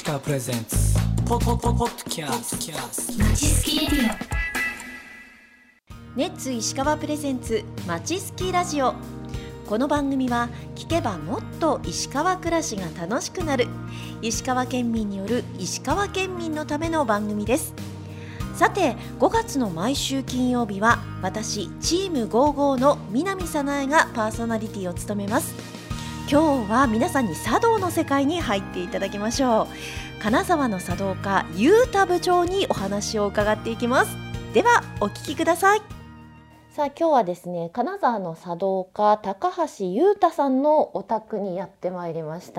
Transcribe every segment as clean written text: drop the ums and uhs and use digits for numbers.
川プレゼンツポッドキャストまちすきレディネッツ石川プレゼンツまちすきラジオ。この番組は聞けばもっと石川暮らしが楽しくなる石川県民による石川県民のための番組です。さて5月の毎週金曜日は私チーム55の南早苗がパーソナリティを務めます。今日は皆さんに茶道の世界に入っていただきましょう。金沢の茶道家ゆうた部長にお話を伺っていきます。ではお聞きください。さあ今日はですね、金沢の茶道家高橋優太さんのお宅にやってまいりました。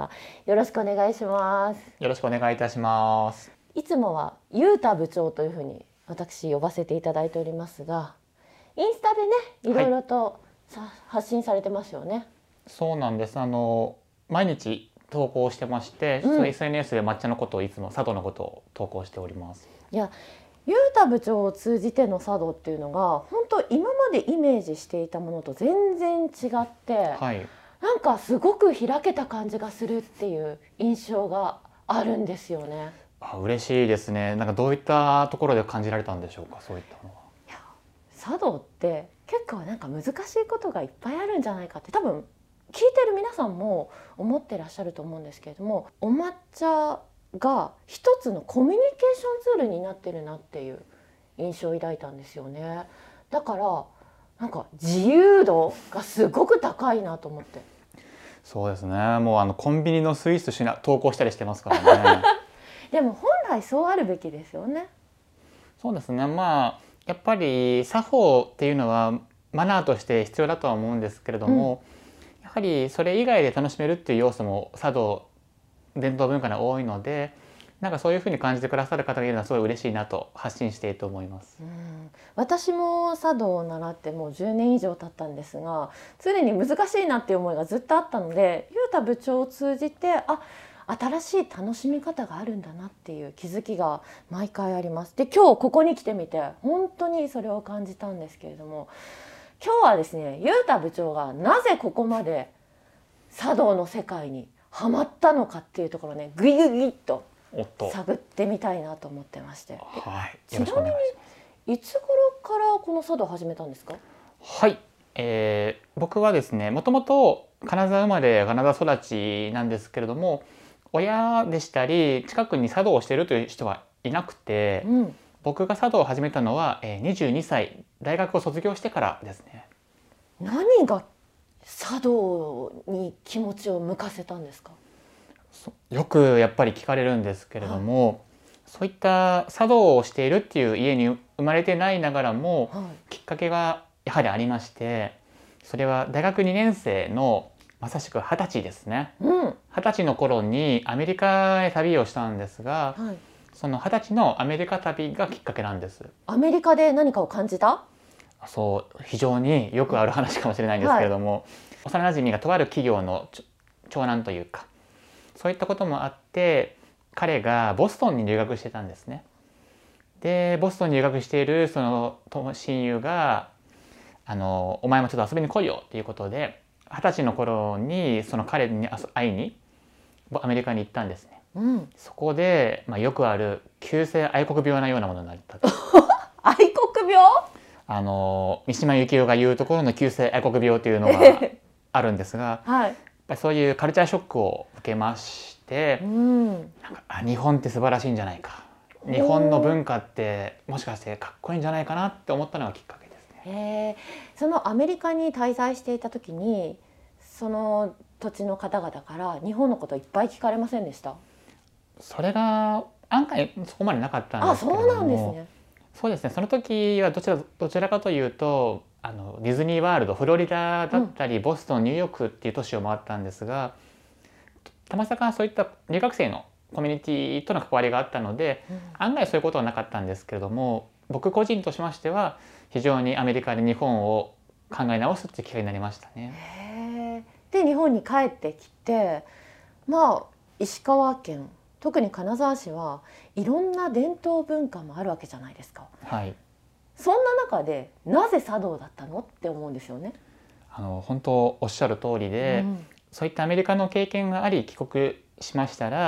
よろしくお願いします。 よろしくお願いいたします。 いつもは優太部長というふうに私呼ばせていただいておりますが、インスタでねいろいろと、発信されてますよね。 そうなんです。毎日投稿してまして、SNS で抹茶のことをいつも茶道のことを投稿しております。 いや、優太部長を通じての茶道っていうのが本当今までイメージしていたものと全然違って、なんかすごく開けた感じがするっていう印象があるんですよね。 嬉しいですね。なんかどういったところで感じられたんでしょうか、そういったのは。 いや、茶道って結構なんか難しいことがいっぱいあるんじゃないかって多分聞いてる皆さんも思ってらっしゃると思うんですけれども、お抹茶が一つのコミュニケーションツールになってるなっていう印象を抱いたんですよね。だからなんか自由度がすごく高いなと思って。 そうですね。もうコンビニのスイーツ投稿したりしてますからね。 でも本来そうあるべきですよね。 そうですね。やっぱり作法っていうのはマナーとして必要だとは思うんですけれども、やはりそれ以外で楽しめるっていう要素も茶道伝統文化に多いので、なんかそういうふうに感じてくださる方がいるのはすごい嬉しいなと発信していると思います。 私も茶道を習ってもう10年以上経ったんですが、常に難しいなっていう思いがずっとあったので、優太部長を通じて新しい楽しみ方があるんだなっていう気づきが毎回あります。で今日ここに来てみて本当にそれを感じたんですけれども、今日はですね、優太部長がなぜここまで茶道の世界にハマったのかっていうところをね、グイグイグイっと探ってみたいなと思ってまして。ちなみにいつ頃からこの茶道を始めたんですか？ はい、僕はですね、もともと金沢生まれ金沢育ちなんですけれども、親でしたり近くに茶道をしているという人はいなくて、僕が茶道を始めたのは22歳大学を卒業してからですね。 何が茶道に気持ちを向かせたんですか？ よくやっぱり聞かれるんですけれども、そういった茶道をしているっていう家に生まれてないながらも、きっかけがやはりありまして、それは大学2年生のまさしく20歳ですね。20歳の頃にアメリカへ旅をしたんですが、その20歳のアメリカ旅がきっかけなんです。 アメリカで何かを感じた？ そう、非常によくある話かもしれないんですけれども、幼なじみがとある企業の長男というか、そういったこともあって彼がボストンに留学してたんですね。でボストンに留学しているその親友がお前もちょっと遊びに来いよっていうことで、20歳の頃にその彼に会いにアメリカに行ったんですね。そこで、よくある急性愛国病のようなものになったと。 愛国病？ 三島由紀夫が言うところの急性愛国病というのがあるんですが、やっぱりそういうカルチャーショックを受けまして、なんか日本って素晴らしいんじゃないか、日本の文化ってもしかしてかっこいいんじゃないかなって思ったのがきっかけですね。 そのアメリカに滞在していた時にその土地の方々から日本のこといっぱい聞かれませんでした？ それが案外そこまでなかったんですけれども。 そうなんですね。 そうですね、その時はどちらかというとディズニーワールドフロリダだったり、ボストンニューヨークっていう都市を回ったんですが、たまさかそういった留学生のコミュニティとの関わりがあったので、案外そういうことはなかったんですけれども、僕個人としましては非常にアメリカで日本を考え直すっていう機会になりましたね。 で日本に帰ってきて、石川県特に金沢市はいろんな伝統文化もあるわけじゃないですか。そんな中でなぜ茶道だったのって思うんですよね。 本当おっしゃる通りで、そういったアメリカの経験があり帰国しましたら、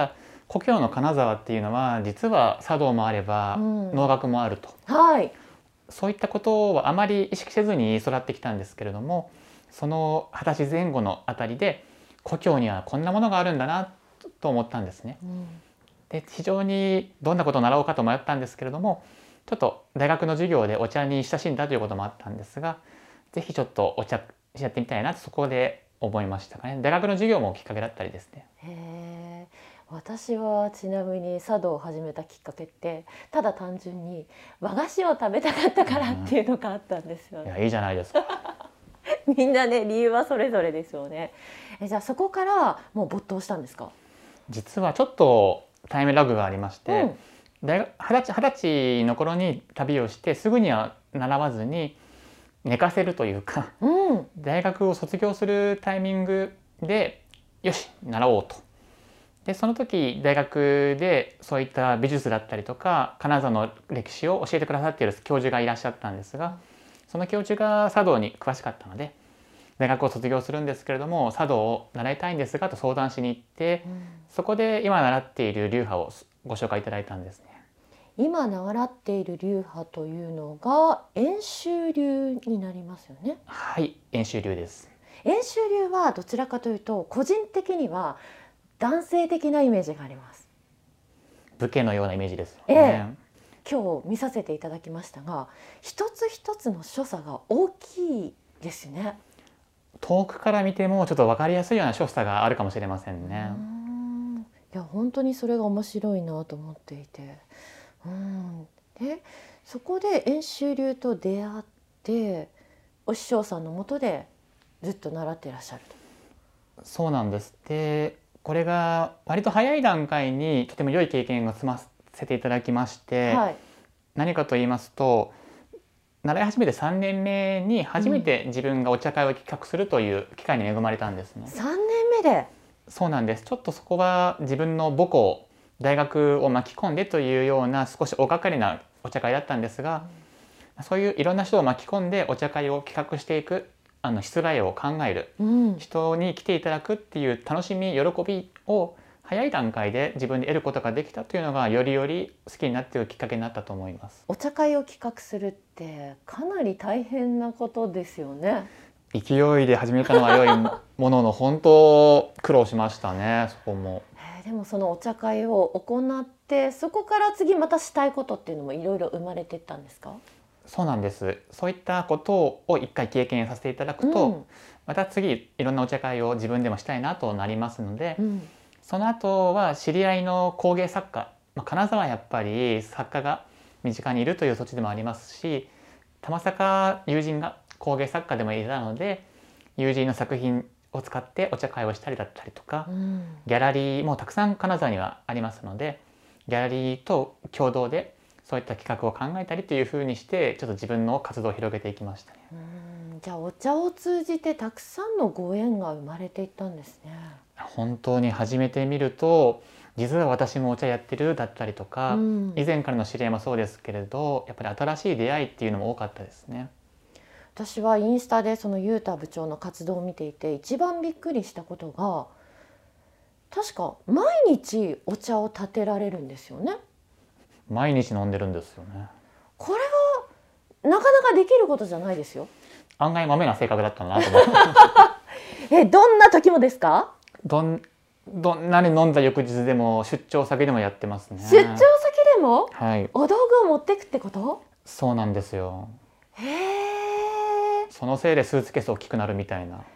故郷の金沢っていうのは実は茶道もあれば能楽もあると、 はい、 そういったことはあまり意識せずに育ってきたんですけれども、その20歳前後のあたりで故郷にはこんなものがあるんだなと思ったんですね。で非常にどんなことを習おうかと迷ったんですけれども、ちょっと大学の授業でお茶に親しんだということもあったんですが、ぜひちょっとお茶やってみたいなとそこで思いましたかね。大学の授業もきっかけだったりですね。 へー。私はちなみに茶道を始めたきっかけってただ単純に和菓子を食べたかったからっていうのがあったんですよね。 いやいいじゃないですか。 みんなね理由はそれぞれですよね。じゃあそこからもう没頭したんですか？ 実はちょっとタイムラグがありまして、大学20歳の頃に旅をしてすぐには習わずに寝かせるというか、大学を卒業するタイミングでよし習おうと。でその時大学でそういった美術だったりとか金沢の歴史を教えてくださっている教授がいらっしゃったんですが、その教授が茶道に詳しかったので、大学を卒業するんですけれども茶道を習いたいんですがと相談しに行って、そこで今習っている流派をご紹介いただいたんですね。 今習っている流派というのが遠州流になりますよね。 はい、遠州流です。 遠州流はどちらかというと個人的には男性的なイメージがあります。 武家のようなイメージですよね。 今日見させていただきましたが、一つ一つの所作が大きいですね。 遠くから見てもちょっと分かりやすいような所作があるかもしれませんね。 いや本当にそれが面白いなと思っていて、でそこで遠州流と出会ってお師匠さんの下でずっと習っていらっしゃると。 そうなんです。でこれが割と早い段階にとても良い経験を積ませていただきまして、何かと言いますと、習い始めて3年目に初めて自分がお茶会を企画するという機会に恵まれたんですね。 3年目で。 そうなんです。ちょっとそこは自分の母校大学を巻き込んでというような少し大掛かりなお茶会だったんですが、そういういろんな人を巻き込んでお茶会を企画していく、しつらいを考える、人に来ていただくっていう楽しみ喜びを早い段階で自分で得ることができたというのがよりより好きになっているきっかけになったと思います。 お茶会を企画するってかなり大変なことですよね。 勢いで始めたのは良いものの本当苦労しましたね、そこも。 でもそのお茶会を行ってそこから次またしたいことっていうのもいろいろ生まれていったんですか？ そうなんです。そういったことを一回経験させていただくと、また次いろんなお茶会を自分でもしたいなとなりますので、その後は知り合いの工芸作家、金沢はやっぱり作家が身近にいるという土地でもありますし、たまさか友人が工芸作家でもいたので、友人の作品を使ってお茶会をしたりだったりとか、ギャラリーもたくさん金沢にはありますので、ギャラリーと共同でそういった企画を考えたりというふうにしてちょっと自分の活動を広げていきましたね。 じゃあお茶を通じてたくさんのご縁が生まれていったんですね。 本当に始めてみると、実は私もお茶やってるだったりとか、以前からの知り合いもそうですけれど、やっぱり新しい出会いっていうのも多かったですね。 私はインスタでその裕太部長の活動を見ていて一番びっくりしたことが、確か毎日お茶を立てられるんですよね。 毎日飲んでるんですよね。 これはなかなかできることじゃないですよ。 案外豆な性格だったなと思ってどんな時もですか？ どんなに飲んだ翌日でも出張先でもやってますね。 出張先でも、 はい、 お道具を持ってくってこと？ そうなんですよ。 へえ。 そのせいでスーツケース大きくなるみたいな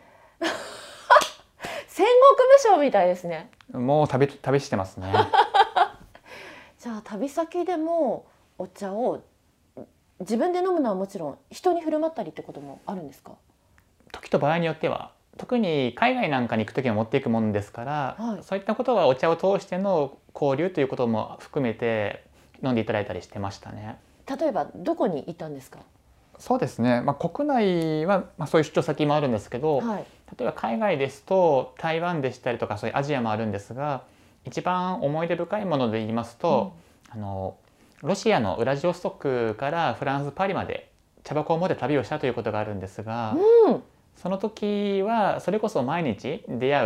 戦国武将みたいですね。 もう旅してますね。 じゃあ旅先でもお茶を自分で飲むのはもちろん人に振る舞ったりってこともあるんですか？ 時と場合によっては、特に海外なんかに行く時は持っていくものですから、そういったことはお茶を通しての交流ということも含めて飲んでいただいたりしてましたね。 例えばどこにいたんですか？ そうですね、国内は、そういう出張先もあるんですけど、例えば海外ですと台湾でしたりとかそういうアジアもあるんですが、一番思い出深いもので言いますと、ロシアのウラジオストクからフランス・パリまで茶箱を持って旅をしたということがあるんですが、その時はそれこそ毎日出会う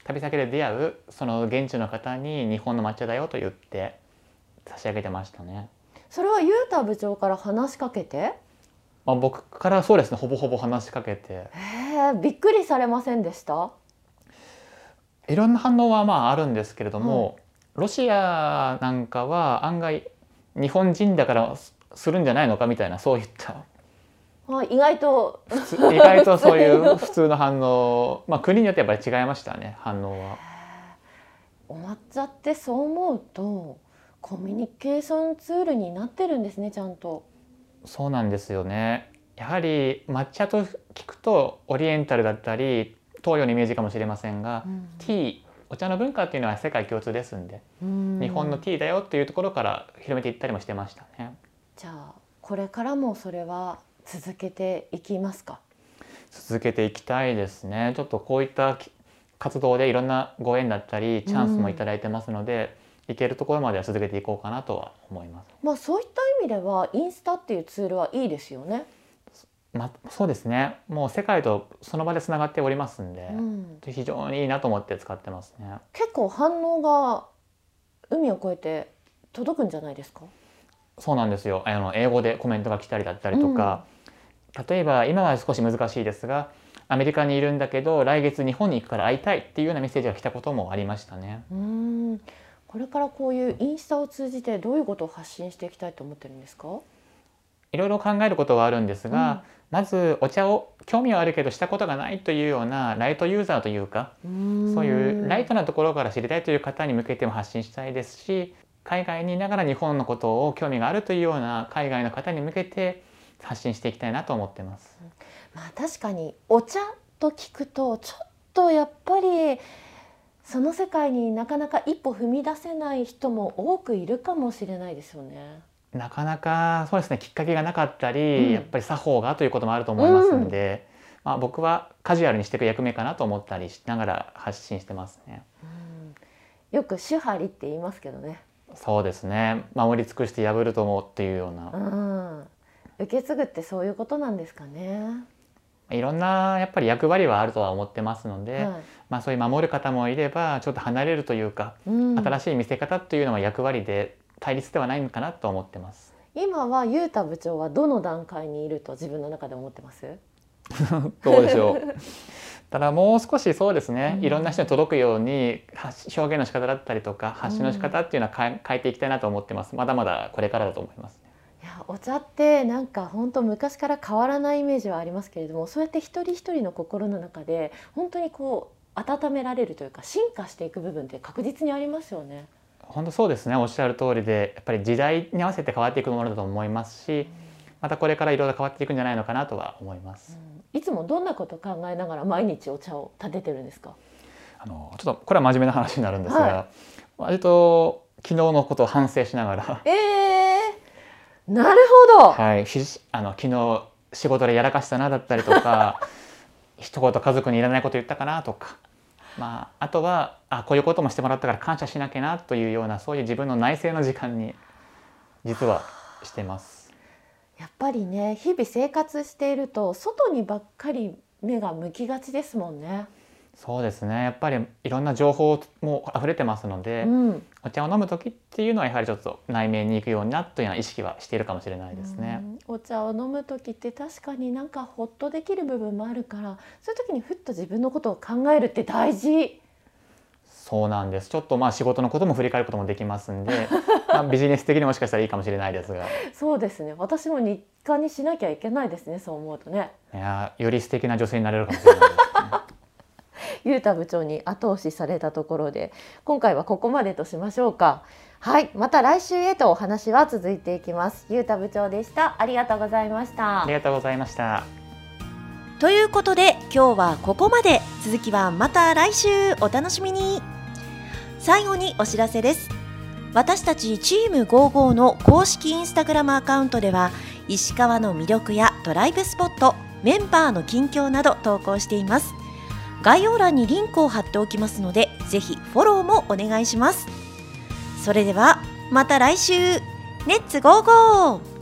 旅先で出会うその現地の方に日本の抹茶だよと言って差し上げてましたね。 それは裕太部長から話しかけて？ 僕からそうですね、ほぼほぼ話しかけて。 びっくりされませんでした？ いろんな反応はあるんですけれども、ロシアなんかは案外日本人だからするんじゃないのかみたいな、そういった意外とそういう普通の反応、国によってやっぱり違いましたね、反応は。 お抹茶ってそう思うとコミュニケーションツールになってるんですね、ちゃんと。 そうなんですよね。やはり抹茶と聞くとオリエンタルだったり東洋のイメージかもしれませんが、ティー、お茶の文化っていうのは世界共通ですんで、日本のティーだよっていうところから広めていったりもしてましたね。 じゃあこれからもそれは続けていきますか？ 続けていきたいですね。ちょっとこういった活動でいろんなご縁だったりチャンスもいただいてますので、いけるところまでは続けていこうかなとは思います。そういった意味ではインスタっていうツールはいいですよね。 そうですね。もう世界とその場でつながっておりますんで、非常にいいなと思って使ってますね。 結構反応が海を越えて届くんじゃないですか？ そうなんですよ。英語でコメントが来たりだったりとか、例えば今は少し難しいですが、アメリカにいるんだけど来月日本に行くから会いたいっていうようなメッセージが来たこともありましたね。 これからこういうインスタを通じてどういうことを発信していきたいと思ってるんですか？ いろいろ考えることはあるんですが、まずお茶を興味はあるけどしたことがないというようなライトユーザーというか、そういうライトなところから知りたいという方に向けても発信したいですし、海外にいながら日本のことを興味があるというような海外の方に向けて発信していきたいなと思ってます。 確かにお茶と聞くとちょっとやっぱりその世界になかなか一歩踏み出せない人も多くいるかもしれないですよね。 なかなかそうですね、きっかけがなかったり、やっぱり作法がということもあると思いますので、僕はカジュアルにしていく役目かなと思ったりしながら発信してますね。 よく手張りって言いますけどね。 そうですね、守り尽くして破ると思うっていうような、 受け継ぐってそういうことなんですかね。 いろんなやっぱり役割はあるとは思ってますので、そういう守る方もいればちょっと離れるというか、新しい見せ方というのは役割で対立ではないのかなと思ってます。 今は裕太部長はどの段階にいると自分の中で思ってます？ どうでしょう。ただもう少しそうですね、いろんな人に届くように表現の仕方だったりとか発信の仕方っていうのは変えていきたいなと思ってます。まだまだこれからだと思います。 いや、お茶ってなんか本当昔から変わらないイメージはありますけれども、そうやって一人一人の心の中で本当にこう温められるというか進化していく部分って確実にありますよね。 本当そうですね、おっしゃる通りで、やっぱり時代に合わせて変わっていくものだと思いますし、またこれからいろいろ変わっていくんじゃないのかなとは思います。 いつもどんなことを考えながら毎日お茶を立ててるんですか？ ちょっとこれは真面目な話になるんですが、割と昨日のことを反省しながらなるほど、 昨日仕事でやらかしたなだったりとか一言家族にいらないこと言ったかなとか、あとはこういうこともしてもらったから感謝しなきゃなというような、そういう自分の内省の時間に実はしてます。 やっぱりね、日々生活していると外にばっかり目が向きがちですもんね。 そうですね、やっぱりいろんな情報も溢れてますので、お茶を飲む時っていうのはやはりちょっと内面に行くようになというような意識はしているかもしれないですね。 お茶を飲む時って確かになんかホッとできる部分もあるから、そういう時にふっと自分のことを考えるって大事。 そうなんです。ちょっと仕事のことも振り返ることもできますんでビジネス的にもしかしたらいいかもしれないですがそうですね、私も日課にしなきゃいけないですね、そう思うとね。 いや、より素敵な女性になれるかもしれないですね。 裕太部長に後押しされたところで今回はここまでとしましょうか。はい、また来週へとお話は続いていきます。裕太部長でした。ありがとうございました。 ありがとうございました。 ということで今日はここまで。続きはまた来週お楽しみに。最後にお知らせです。私たちチーム55の公式インスタグラムアカウントでは石川の魅力やドライブスポット、メンバーの近況など投稿しています。概要欄にリンクを貼っておきますので、ぜひフォローもお願いします。それではまた来週。レッツゴーゴー。